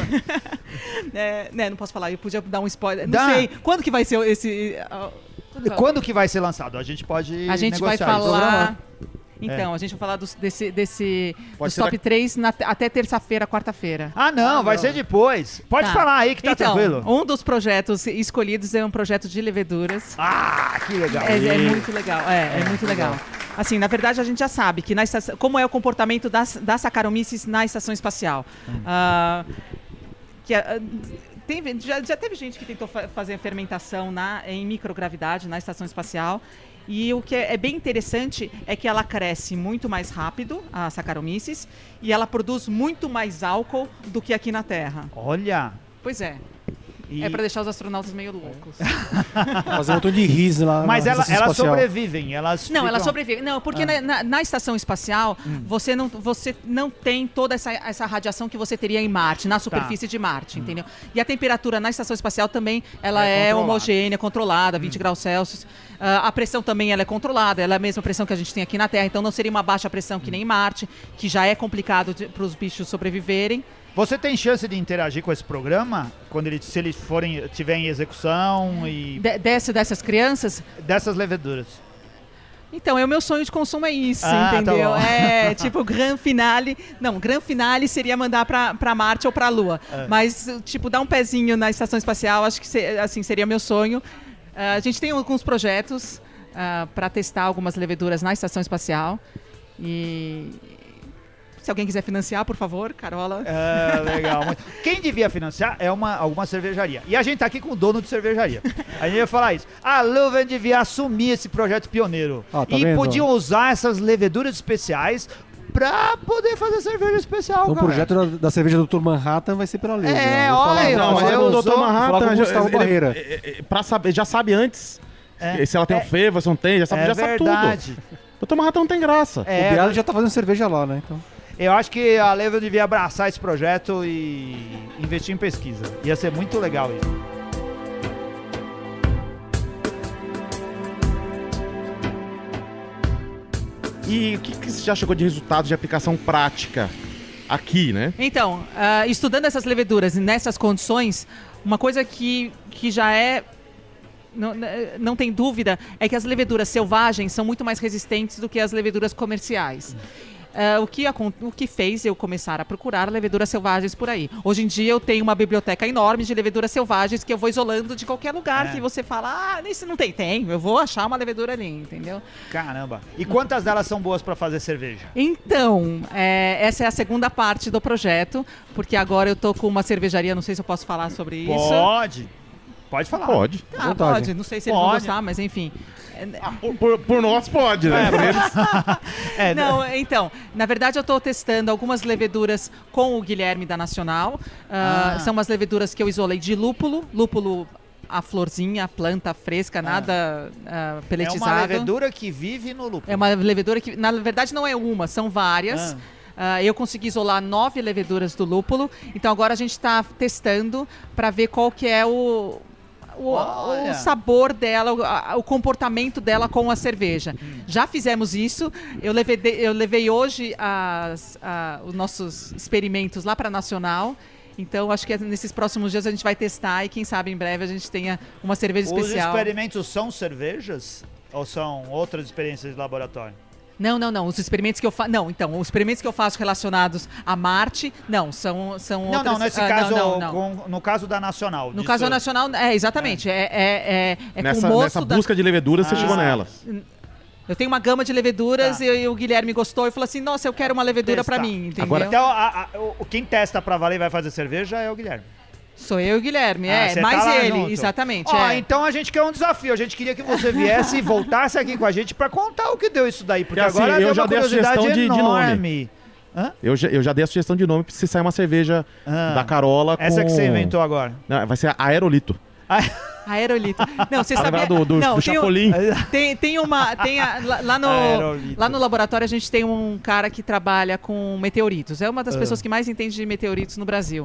É, né, não posso falar, eu podia dar um spoiler. Não Dá. sei, quando que vai ser esse... ah, quando vai- Quando que vai ser lançado? A gente pode A gente vai negociar isso. falar... Então, a gente vai falar dos, desse, desse, Pode dos ser top da- três na- até terça-feira, quarta-feira. Ah, não, Ah, vai não. ser depois. Pode Tá. falar aí que tá então, tranquilo. um dos projetos escolhidos é um projeto de leveduras. Ah, que legal. É, é muito legal, é, é, muito legal. Assim, na verdade, a gente já sabe que na estação, como é o comportamento das, das Saccharomyces na estação espacial. Ah, que, ah, tem- já, já teve gente que tentou fa- fazer a fermentação na, em microgravidade na estação espacial. E o que é, é bem interessante é que ela cresce muito mais rápido, a Saccharomyces, e ela produz muito mais álcool do que aqui na Terra. Olha. Pois é, E- é para deixar os astronautas meio loucos. Fazer um montão de riso lá Mas na ela, estação elas espacial. sobrevivem, elas Não, ela ficam- sobrevive. Não, porque na, na- na estação espacial, você, não, você não tem toda essa, essa radiação que você teria em Marte, na superfície de Marte, entendeu? E a temperatura na estação espacial também, ela É é, controlada. homogênea, controlada, vinte graus Celsius. Ah, a pressão também ela é controlada, ela é a mesma pressão que a gente tem aqui na Terra, então não seria uma baixa pressão que nem em Marte, que já é complicado para os bichos sobreviverem. Você tem chance de interagir com esse programa quando eles, se eles forem tiver em execução e De, desse, dessas crianças, dessas leveduras? então, é o meu sonho de consumo é isso, Ah, tá entendeu? bom. É, tipo, gran finale... Não, gran finale seria mandar pra, pra Marte ou pra Lua. É. Mas, tipo, dar um pezinho na estação espacial, acho que se- assim, seria meu sonho. Ah, a gente tem alguns projetos ah, pra testar algumas leveduras na estação espacial. E... Se alguém quiser financiar, por favor, Carola. É, legal. Muito. Quem devia financiar é uma, alguma cervejaria. E a gente tá aqui com o dono de cervejaria. A gente ia falar isso. A Leuven devia assumir esse projeto pioneiro. Ah, tá e vendo? podiam usar essas leveduras especiais pra poder fazer cerveja especial, Então, o cara. projeto da, da cerveja do doutor Manhattan vai ser pela Leuven. É, ó. Vou falar- olha, vou Não, mas falar mas eu o com- tô- doutor vou falar com Manhattan o já, Gustavo ele- Barreira. é- é- pra saber, já sabe antes É, se ela tem é- um fervo, se não tem, já sabe, É já sabe tudo. verdade. Doutor Manhattan não tem graça. É, O Bialy já tá fazendo cerveja lá, né? Então. eu acho que a Leuven devia abraçar esse projeto e investir em pesquisa. Ia ser muito legal isso. E o que, que você já chegou de resultado de aplicação prática aqui, né? Então, ah, estudando essas leveduras e nessas condições, uma coisa que, que já é. Não, não tem dúvida, é que as leveduras selvagens são muito mais resistentes do que as leveduras comerciais. Ah, o, que, acon- o que fez eu começar a procurar leveduras selvagens por aí. Hoje em dia eu tenho uma biblioteca enorme de leveduras selvagens que eu vou isolando de qualquer lugar É. que você fala, ah, nesse não tem, tem, eu vou achar uma levedura ali, entendeu? Caramba. E quantas delas são boas pra fazer cerveja? Então, é, essa é a segunda parte do projeto, porque agora eu tô com uma cervejaria, não sei se eu posso falar sobre isso. Pode. Pode falar. Pode. Ah, vontade. pode. Não sei se eles vão Pode. gostar, mas enfim. Por, por- por nós pode, né? Por eles. É, Não, então, na verdade eu estou testando algumas leveduras com o Guilherme da Nacional. Ah, Ah. São umas leveduras que eu isolei de lúpulo. Lúpulo, a florzinha, a planta fresca, nada ah, é peletizado. uma levedura que vive no lúpulo. É uma levedura que, na verdade, não é uma, são várias. Ah. Ah, eu consegui isolar nove leveduras do lúpulo. Então agora a gente está testando para ver qual que é o, o, Olha. o sabor dela, o, a- o comportamento dela com a cerveja. Já fizemos isso. Eu levei, de- eu levei hoje as- a- os nossos experimentos lá para a Nacional. Então acho que nesses próximos dias a gente vai testar e quem sabe em breve a gente tenha uma cerveja Os especial. experimentos são cervejas? Ou são outras experiências de laboratório? Não, não, não. Os experimentos que eu faço. Não, então, os experimentos que eu faço relacionados a Marte, não, são, são Não, outras. não, nesse ah, caso, não, não, não. com- no caso da Nacional. No disso- caso nacional, é, exatamente. É, é, é, é com Nessa, o moço nessa da. busca de levedura, você Ah. chegou nela. Eu tenho uma gama de leveduras Tá. e, e o Guilherme gostou e falou assim: nossa, eu quero uma levedura pra Testar. mim, entendeu? Agora- Então, a- a- o- quem testa pra valer e vai fazer cerveja é o Guilherme. Sou eu e o Guilherme, Ah, é, você mais tá lá ele, junto. exatamente. Ó, é. então a gente quer um desafio. A gente queria que você viesse e voltasse aqui com a gente pra contar o que deu isso daí. Porque Porque, assim, agora eu deu já uma dei a curiosidade sugestão de- de nome. enorme. Hã? Eu já, eu já dei a sugestão de nome pra se sair uma cerveja Ah. da Carola com... Essa que você inventou agora. Não, vai ser Aerolito. Aerolito. Não, você Tá sabia... lembrado do, do, não, do tem, um- Chapolin? tem, tem uma... Tem a- lá, lá no, Aerolito. lá no laboratório a gente tem um cara que trabalha com meteoritos. É uma das Ah. pessoas que mais entende de meteoritos no Brasil.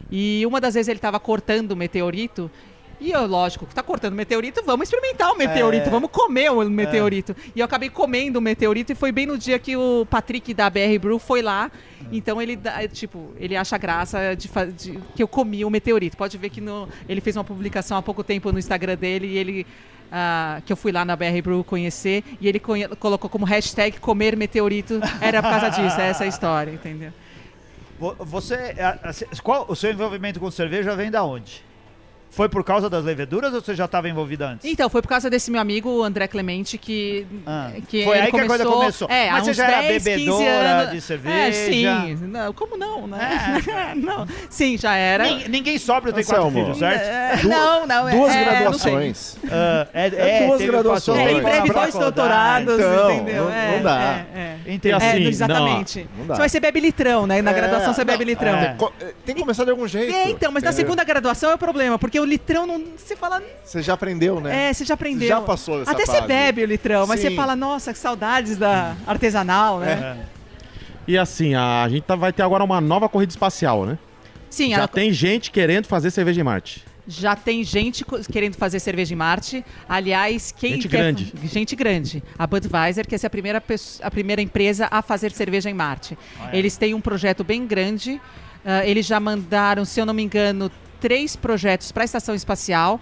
E uma das vezes ele estava cortando o meteorito. E eu, lógico, tá cortando meteorito, vamos experimentar o meteorito, É. vamos comer o meteorito. E eu acabei comendo o meteorito e foi bem no dia que o Patrick da B R Brew foi lá. Então ele, dá- tipo, ele acha graça de, fa- de- que eu comi o meteorito. Pode ver que no- ele fez uma publicação há pouco tempo no Instagram dele e ele... ah, que eu fui lá na B R Brew conhecer e ele conhe- colocou como hashtag comer meteorito. Era por causa disso, é essa a história, entendeu? Vo- Você, a- a- qual, o seu envolvimento com cerveja vem da onde? Foi por causa das leveduras ou você já estava envolvida antes? Então, foi por causa desse meu amigo, o André Clemente, que, Ah, que foi ele aí que a coisa começou. É, Mas há você uns já era dez, quinze bebedora anos. de cerveja? É, sim. Não, como não, né? não. Sim, já era. Nin- Ninguém sobra tem quatro Anselmo. filhos, certo? É, não, não. é- Duas é, não sei. graduações. Ah, é, É duas teve- graduações. passou É, em por breve uma dois faculdade. doutorados, Então, entendeu? não- É, não dá. É, é. Entendi. Assim, É, não, exatamente. não dá. Você vai ser bebe litrão, né? Na É, graduação você não, bebe litrão. é. É. Co- Tem que começar de algum jeito. então, mas na entendeu? segunda graduação é o problema, porque o litrão não. Você fala. Você já aprendeu, né? É, você já aprendeu. Já passou dessa Até fase. você bebe o litrão, mas Sim. você fala, nossa, que saudades da artesanal, né? É. E assim, a gente tá- vai ter agora uma nova corrida espacial, né? Sim, Já a- tem gente querendo fazer cerveja em Marte. já tem gente co- querendo fazer cerveja em Marte. Aliás, quem Gente quer... grande. Gente grande. A Budweiser quer ser a primeira, pesso- a primeira empresa a fazer cerveja em Marte. Ah, é? Eles têm um projeto bem grande. Ah, eles já mandaram, se eu não me engano, três projetos para a Estação Espacial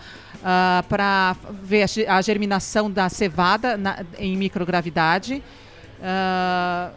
para ver a, ge- a germinação da cevada na- em microgravidade. Ah,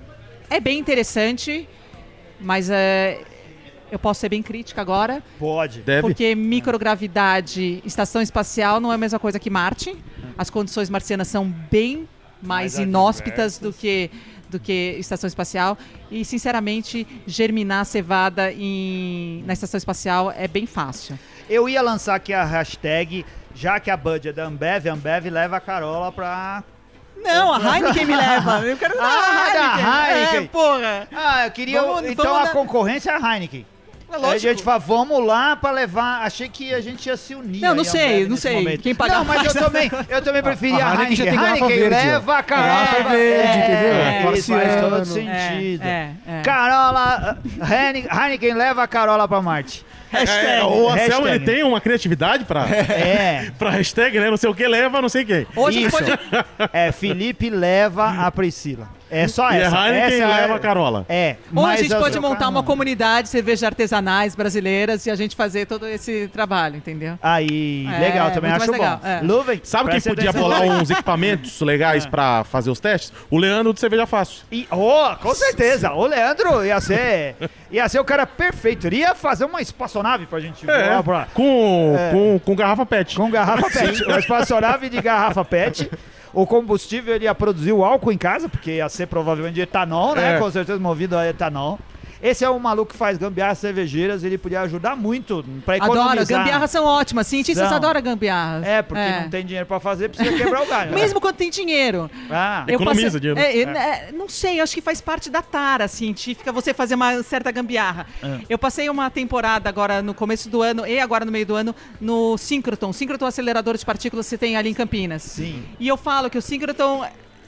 é bem interessante, mas eh, eu posso ser bem crítica agora. Pode. Deve. Porque microgravidade, estação espacial não é a mesma coisa que Marte. As condições marcianas são bem mais, Mais inóspitas adversas. do que, do que estação espacial. E, sinceramente, germinar cevada em, na estação espacial é bem fácil. Eu ia lançar aqui a hashtag, já que a Bud é da Ambev, a Ambev leva a Carola pra... Não, a Heineken me leva. Eu quero dar Ah, a da Heineken. É, porra. Ah, eu queria... Vamos- então vamos a na- concorrência é a Heineken. É Aí a lógico. gente fala, vamos lá pra levar... Achei que a gente ia se unir. Não, não aí, sei, Ambev, não nesse sei. momento. Quem pagar Não, mas eu mais- também, eu também preferia A a Heineken já Heineken. tem garrafa Heineken verde, ó. leva a Carola. Garrafa verde, entendeu? É, Isso faz Marciano. todo sentido. É, é. Carola... Heineken, Heineken leva a Carola pra Marte. É, o Anselmo Hashtag. ele tem uma criatividade pra, É. pra hashtag, né? Não sei o que leva, não sei quem. Hoje Isso. pode... É, Felipe leva a Priscila. É só E essa. a Heineken essa é- leva a Carola. É. Ou a mas gente eu- pode eu- montar uma caramba. comunidade de cervejas artesanais brasileiras e a gente fazer todo esse trabalho, entendeu? Aí, É, legal, também muito acho mais legal, bom. é. Luven, Sabe quem presta podia atenção. bolar uns equipamentos legais pra fazer os testes? O Leandro do Cerveja Fácil. E, oh, com certeza. O Leandro ia ser, ia ser o cara perfeito. Ele ia fazer uma espaçonave pra gente voar pra- com, É. com, com garrafa pet. com garrafa pet. Uma espaçonave de garrafa pet. O combustível ele ia produzir o álcool em casa, porque ia ser provavelmente de etanol, né? É. Com certeza movido a etanol. Esse é o maluco que faz gambiarras cervejeiras, ele podia ajudar muito pra economizar. Adoro, gambiarras são ótimas. Cientistas São. adoram gambiarras. É, porque É. não tem dinheiro pra fazer, precisa quebrar o galho. né? Mesmo quando tem dinheiro. Ah, Eu Economiza passei- dinheiro. é, é, é, não sei, acho que faz parte da tara científica você fazer uma certa gambiarra. É. Eu passei uma temporada agora no começo do ano e agora no meio do ano no Synchrotron. Synchrotron acelerador de partículas que você tem ali em Campinas. sim. E eu falo que o Synchrotron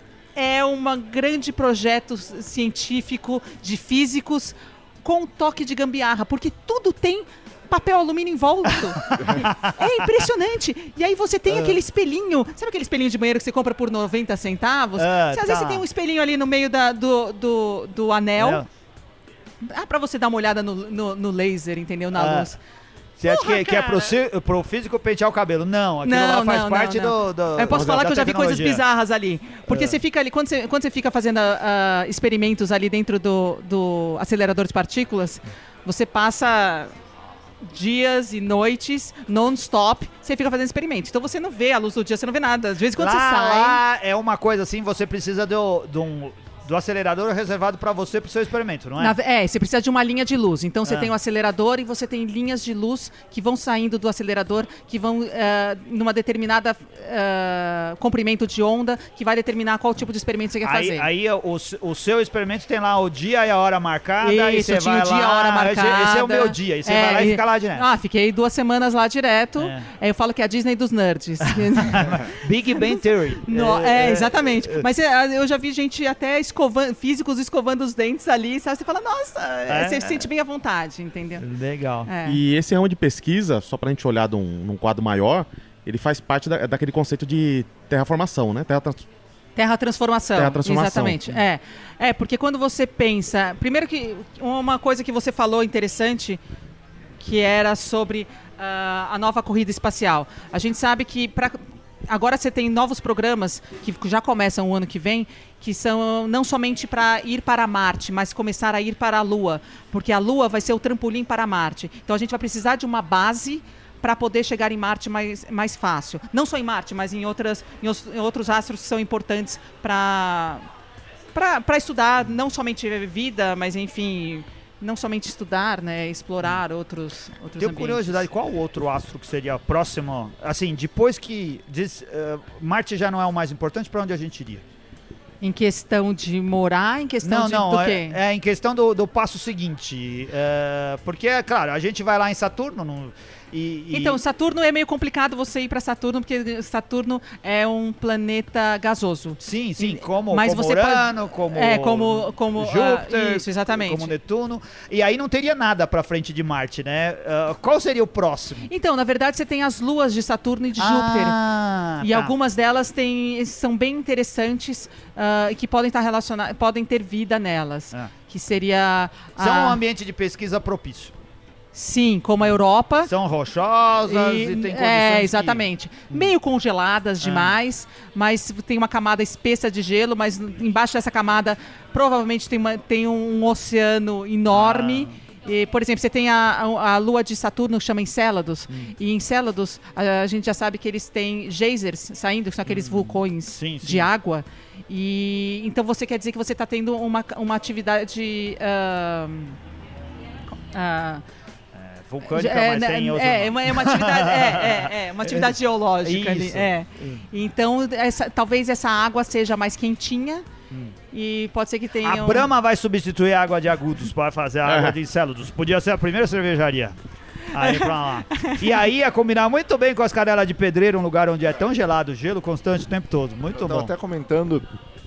é um grande projeto científico de físicos com um toque de gambiarra, porque tudo tem papel alumínio em volta. É impressionante. E aí você tem aquele espelhinho, sabe aquele espelhinho de banheiro que você compra por noventa centavos? Ah, Às vezes tá. você tem um espelhinho ali no meio da- do, do, do anel. É. Dá pra você dar uma olhada no, no, no laser, entendeu? Na Ah. luz. Você acha Porra, que, que é pro, cara. ci- pro físico pentear o cabelo? Não, aquilo Não, lá faz não, parte não, do, do Eu posso da falar que eu já vi coisas tecnologia. bizarras ali. Porque É. você fica ali, quando você, quando você fica fazendo ah, experimentos ali dentro do, do acelerador de partículas, você passa dias e noites non-stop, você fica fazendo experimentos. Então você não vê a luz do dia, você não vê nada. Às vezes quando lá, você sai... lá é uma coisa assim, você precisa do, do, um, do acelerador reservado pra você, pro seu experimento, não é? Na ve- é, você precisa de uma linha de luz. Então você Ah. tem o acelerador e você tem linhas de luz que vão saindo do acelerador, que vão eh, numa determinada eh, comprimento de onda, que vai determinar qual tipo de experimento você quer Aí, fazer. aí o, o seu experimento tem lá o dia e a hora marcada, e Isso, você eu tinha vai o dia e lá, a hora marcada. esse é o meu dia, e você É, vai lá e fica lá direto. Ah, fiquei duas semanas lá direto. É. Aí eu falo que é a Disney dos nerds. Big Bang Theory. No- é, exatamente. Mas é, eu já vi gente até escovando, físicos escovando os dentes ali, sabe? Você fala, nossa, É, você é. se sente bem à vontade, entendeu? Legal. É. E esse ramo de pesquisa, só pra gente olhar num, num quadro maior, ele faz parte da- daquele conceito de terraformação, né? Terra trans- Terra transformação. Terra transformação. Exatamente. É. É, porque quando você pensa. Primeiro que uma coisa que você falou interessante, que era sobre ah, a nova corrida espacial. A gente sabe que pra, agora você tem novos programas que já começam o ano que vem, que são não somente para ir para Marte, mas começar a ir para a Lua, porque a Lua vai ser o trampolim para Marte. Então a gente vai precisar de uma base para poder chegar em Marte mais, mais fácil. Não só em Marte, mas em, outras, em, os- em outros astros que são importantes para para estudar não somente vida, mas enfim, não somente estudar, né, explorar outros outros Tenho ambientes. curiosidade, qual o outro astro que seria próximo? Assim, depois que diz, eh, Marte já não é o mais importante, para onde a gente iria? Em questão de morar, em questão Não, de não, do é, quê? é em questão do, do passo seguinte. eh, porque, claro, a gente vai lá em Saturno não- e, e- Então, Saturno é meio complicado você ir para Saturno, porque Saturno é um planeta gasoso. Sim, sim, como, Mas como você pode- Urano, como, É, como- como, Júpiter, ah, isso, exatamente. como Netuno. E aí não teria nada pra frente de Marte, né? Ah, qual seria o próximo? Então, na verdade, você tem as luas de Saturno e de Júpiter. Ah, E tá. algumas delas têm, são bem interessantes ah, e que podem estar relacionadas, podem ter vida nelas. Ah. Que seria. São a- um ambiente de pesquisa propício. Sim, como a Europa. São rochosas e, tem condições é, que- exatamente. Meio congeladas demais, mas tem uma camada espessa de gelo, mas embaixo dessa camada provavelmente tem, uma- tem um oceano enorme. E, por exemplo, você tem a, a, a lua de Saturno que chama Encélados. E Encélados, a, a gente já sabe que eles têm geysers saindo, que são aqueles vulcões Sim, sim. de água. E então você quer dizer que você está tendo uma, uma atividade. ah, ah, vulcânica, é, mas né, tem outros é, é nomes. uma, é uma atividade, é, é, é, uma atividade geológica ali. Isso. É. Então, essa- talvez essa água seja mais quentinha e pode ser que tenha. A um- Brahma vai substituir a água de Agudos para fazer a água de Encélados. Podia ser a primeira cervejaria. Aí pra lá. E aí ia combinar muito bem com as canelas de pedreiro, um lugar onde é tão gelado, gelo constante o tempo todo. Muito Eu tava bom. até comentando,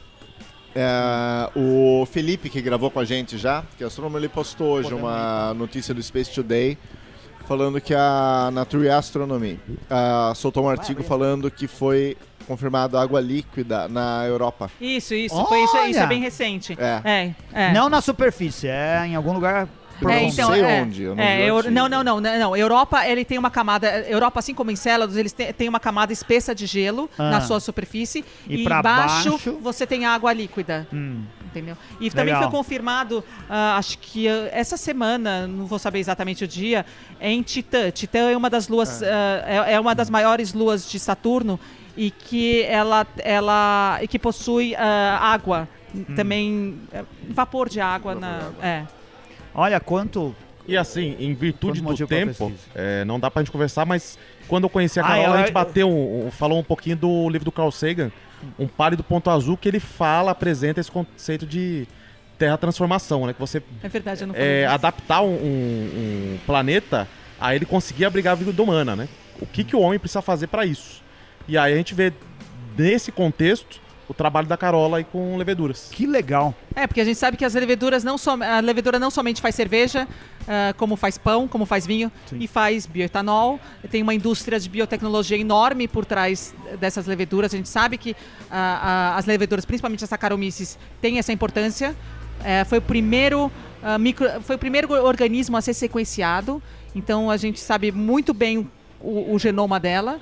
é, o Felipe, que gravou com a gente já, que é astrônomo, ele postou hoje uma notícia do Space Today falando que a Nature Astronomy ah, soltou um artigo falando que foi confirmado água líquida na Europa. Isso, isso, foi isso, isso é Olha! bem recente. É. É, é. Não na superfície, é em algum lugar Eu É, não então, sei é, onde, eu não é, vi o eu- artigo. não, não, não, não, não. Europa, ele tem uma camada. Europa, assim como Encélados, eles têm tem uma camada espessa de gelo Ah. na sua superfície. E E, pra embaixo baixo? você tem água líquida. Hum. Entendeu? E também Legal. foi confirmado, ah, acho que ah, essa semana, não vou saber exatamente o dia, é em Titã. Titã é uma das luas, ah, é, é uma das maiores luas de Saturno e que ela, ela e que possui ah, água, Hum. também eh, vapor de água na, é. Olha quanto... E assim, em virtude Quanto do motivo pra tempo, pesquisa. é, não dá pra gente conversar, mas quando eu conheci a Ah, Carola, ela- a gente bateu, um- um- falou um pouquinho do livro do Carl Sagan, Um Pálido Ponto Azul, que ele fala, apresenta esse conceito de terra transformação, né? Que você É verdade, eu não falei é, disso. adaptar um, um- um planeta a ele conseguir abrigar a vida humana, né? O que, que o homem precisa fazer pra isso? E aí a gente vê, nesse contexto, o trabalho da Carola aí com leveduras. Que legal. É, porque a gente sabe que as leveduras não som... a levedura não somente faz cerveja, ah, como faz pão, como faz vinho e faz bioetanol. Tem uma indústria de biotecnologia enorme por trás dessas leveduras. A gente sabe que ah, ah, as leveduras, principalmente a Saccharomyces, têm essa importância. É, foi o primeiro ah, micro... foi o primeiro organismo a ser sequenciado. Então a gente sabe muito bem o, o genoma dela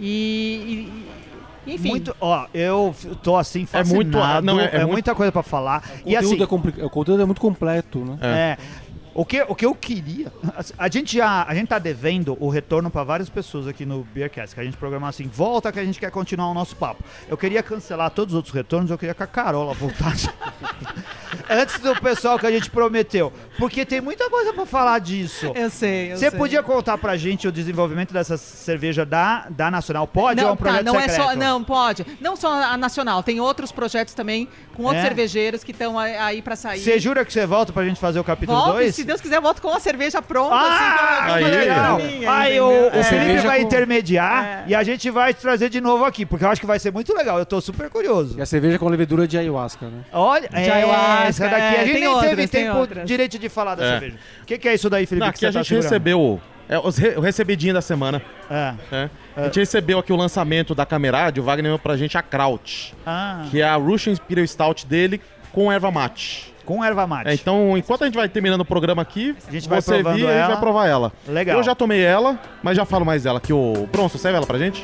e, e enfim. Muito, ó, eu tô assim fascinado. muito- não, é- é é, muito- muita coisa pra falar. O E conteúdo, assim, é compli- o conteúdo é muito completo, né? é, o que, o que eu queria, a gente já, a gente tá devendo o retorno pra várias pessoas aqui no Beercast, que a gente programou assim, volta que a gente quer continuar o nosso papo. Eu queria cancelar todos os outros retornos, eu queria que a Carola voltasse antes do pessoal que a gente prometeu, porque tem muita coisa pra falar disso. Eu sei, eu Você sei. podia contar pra gente o desenvolvimento dessa cerveja da, da Nacional? Pode ou é Não, um projeto tá, não é secreto? só, não pode. Não só a Nacional, tem outros projetos também com outros É? cervejeiros que estão aí pra sair. Você jura que você volta pra gente fazer o capítulo Volta, e dois? se Deus quiser, eu volto com a cerveja pronta, Ah, assim, aí. com a legal. minha, Aí entendeu? o, o É. Felipe Cerveja vai com- intermediar É. e a gente vai te trazer de novo aqui, porque eu acho que vai ser muito legal. Eu tô super curioso. E a cerveja com levedura de ayahuasca, né? Olha, De ayahuasca, essa daqui é, a gente tem nem outras, teve tem tempo outras. direito de falar da É. cerveja. O que, que é isso daí, Felipe? Não, que aqui você a tá gente segurando? recebeu é, os re- o recebidinho da semana. É. Né? A gente recebeu aqui o lançamento da Camerade, o Wagner deu pra gente a Kraut, Ah, que é a Russian Imperial Stout dele com erva mate. com erva mate. É, então, enquanto a gente vai terminando o programa aqui, A gente vai você provando vir e a gente ela. vai provar ela. Legal. Eu já tomei ela, mas já falo mais dela. Que o Bronson, serve ela pra gente?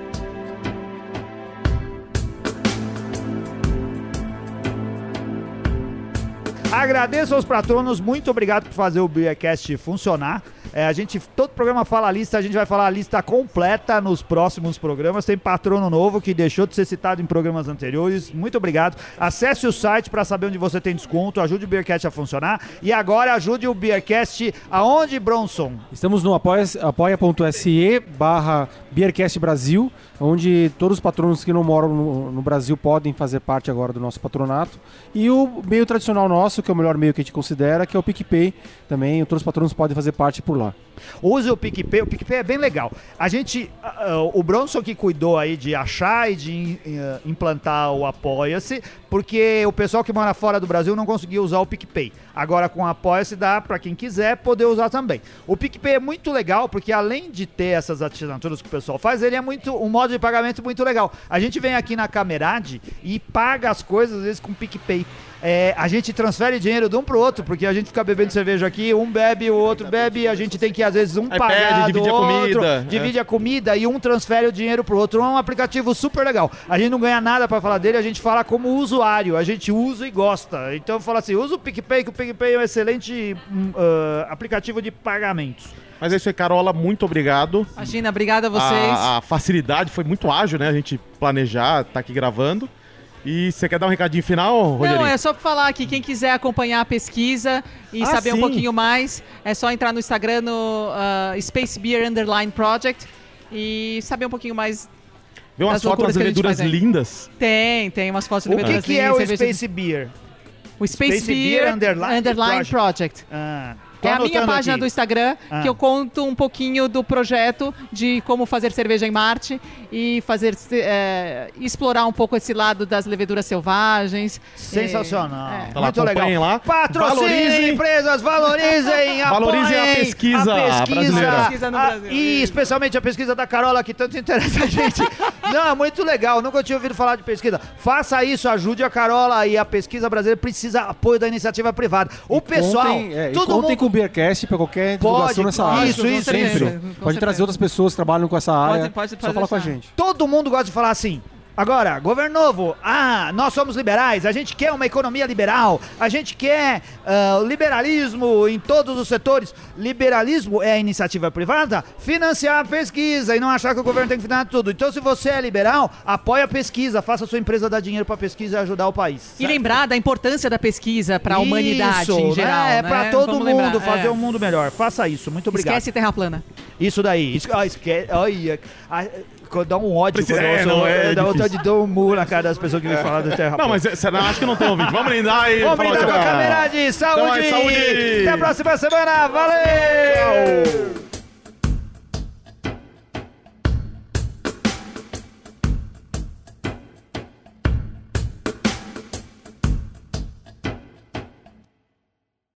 Agradeço aos patronos, muito obrigado por fazer o Beercast funcionar. É, a gente, todo programa fala a lista, a gente vai falar a lista completa nos próximos programas. Tem patrono novo que deixou de ser citado em programas anteriores. Muito obrigado. Acesse o site para saber onde você tem desconto, ajude o Beercast a funcionar. E agora ajude o Beercast aonde, Bronson? Estamos no apoia- apoia.se barra Beercast Brasil, onde todos os patronos que não moram no, no Brasil podem fazer parte agora do nosso patronato. E o meio tradicional nosso, que é o melhor meio que a gente considera, que é o PicPay. Também todos os patronos podem fazer parte por lá. Use o PicPay, o PicPay é bem legal. A gente, ah, ah, o Bronson que cuidou aí de achar e de eh, implantar o Apoia-se, porque o pessoal que mora fora do Brasil não conseguia usar o PicPay. Agora com o Apoia-se dá para quem quiser poder usar também. O PicPay é muito legal porque além de ter essas assinaturas que o pessoal faz, ele é muito um modo de pagamento muito legal. A gente vem aqui na Camerade e paga as coisas às vezes com PicPay. É, a gente transfere dinheiro de um pro outro, porque a gente fica bebendo cerveja aqui, um bebe, o outro bebe, a gente tem que às vezes um Aí pagar pede, do divide a outro, comida, divide a comida e um transfere o dinheiro pro outro. É um aplicativo super legal. A gente não ganha nada pra falar dele, a gente fala como usuário, a gente usa e gosta. Então fala assim, usa o PicPay, que o PicPay é um excelente hum, ah, aplicativo de pagamentos. Mas é isso aí, Carola, muito obrigado. Imagina, obrigada a vocês. A, a facilidade foi muito ágil, né? A gente planejar, tá aqui gravando. E você quer dar um recadinho final, Rogerinho? Não, é só pra falar que quem quiser acompanhar a pesquisa e Ah, saber um sim. pouquinho mais, é só entrar no Instagram no ah, Space Beer Underline Project e saber um pouquinho mais. Vê umas das fotos loucuras das que a gente leveduras faz aí. lindas. Tem, tem umas fotos de O que, leveduras que é lindas, o cerveja- Space Beer? O Space, Space Beer, Beer Underline Underline, Project. Project. Ah, tô É a minha anotando página aqui. do Instagram Ah. que eu conto um pouquinho do projeto de como fazer cerveja em Marte e fazer é, explorar um pouco esse lado das leveduras selvagens. Sensacional. É. Tá lá, Muito legal. acompanhem lá. Patrocinem Valorizem. empresas, valorizem, Valorizem a apoiem pesquisa a brasileira. A pesquisa no a- Brasil. E especialmente a pesquisa da Carola, que tanto interessa a gente. Não, é muito legal. Nunca tinha ouvido falar de pesquisa. Faça isso, ajude a Carola e a pesquisa brasileira precisa apoio da iniciativa privada. O pessoal, Contem, é, e todo contem mundo... com o Beercast para qualquer Pode, divulgação nessa pode. área. Isso, isso, sempre. isso. Com Pode certeza. trazer outras pessoas que trabalham com essa área. pode- pode só falar com a deixar. gente. Todo mundo gosta de falar assim, Agora, governo novo, ah, nós somos liberais, a gente quer uma economia liberal, a gente quer uh, liberalismo em todos os setores. Liberalismo é a iniciativa privada, financiar a pesquisa e não achar que o governo tem que financiar tudo. Então, se você é liberal, apoia a pesquisa, faça a sua empresa dar dinheiro para pesquisa e ajudar o país. Certo? E lembrar da importância da pesquisa para a humanidade em geral. Né? É né? para todo Vamos mundo lembrar, fazer é. um mundo melhor. Faça isso, muito obrigado. Esquece terra plana. Isso daí. Isso, ah, esquece. Olha, ah, dá um ódio Precisa- quando eu é, ouço- não, é dá vontade difícil. de dar um murro na cara das pessoas que me falam do terra Não, mas você não acha que não tem ouvinte. Vamos brindar e Vamos falar brindar com a tchau. câmera de saúde. Então é saúde. Até a próxima semana. Valeu! Tchau.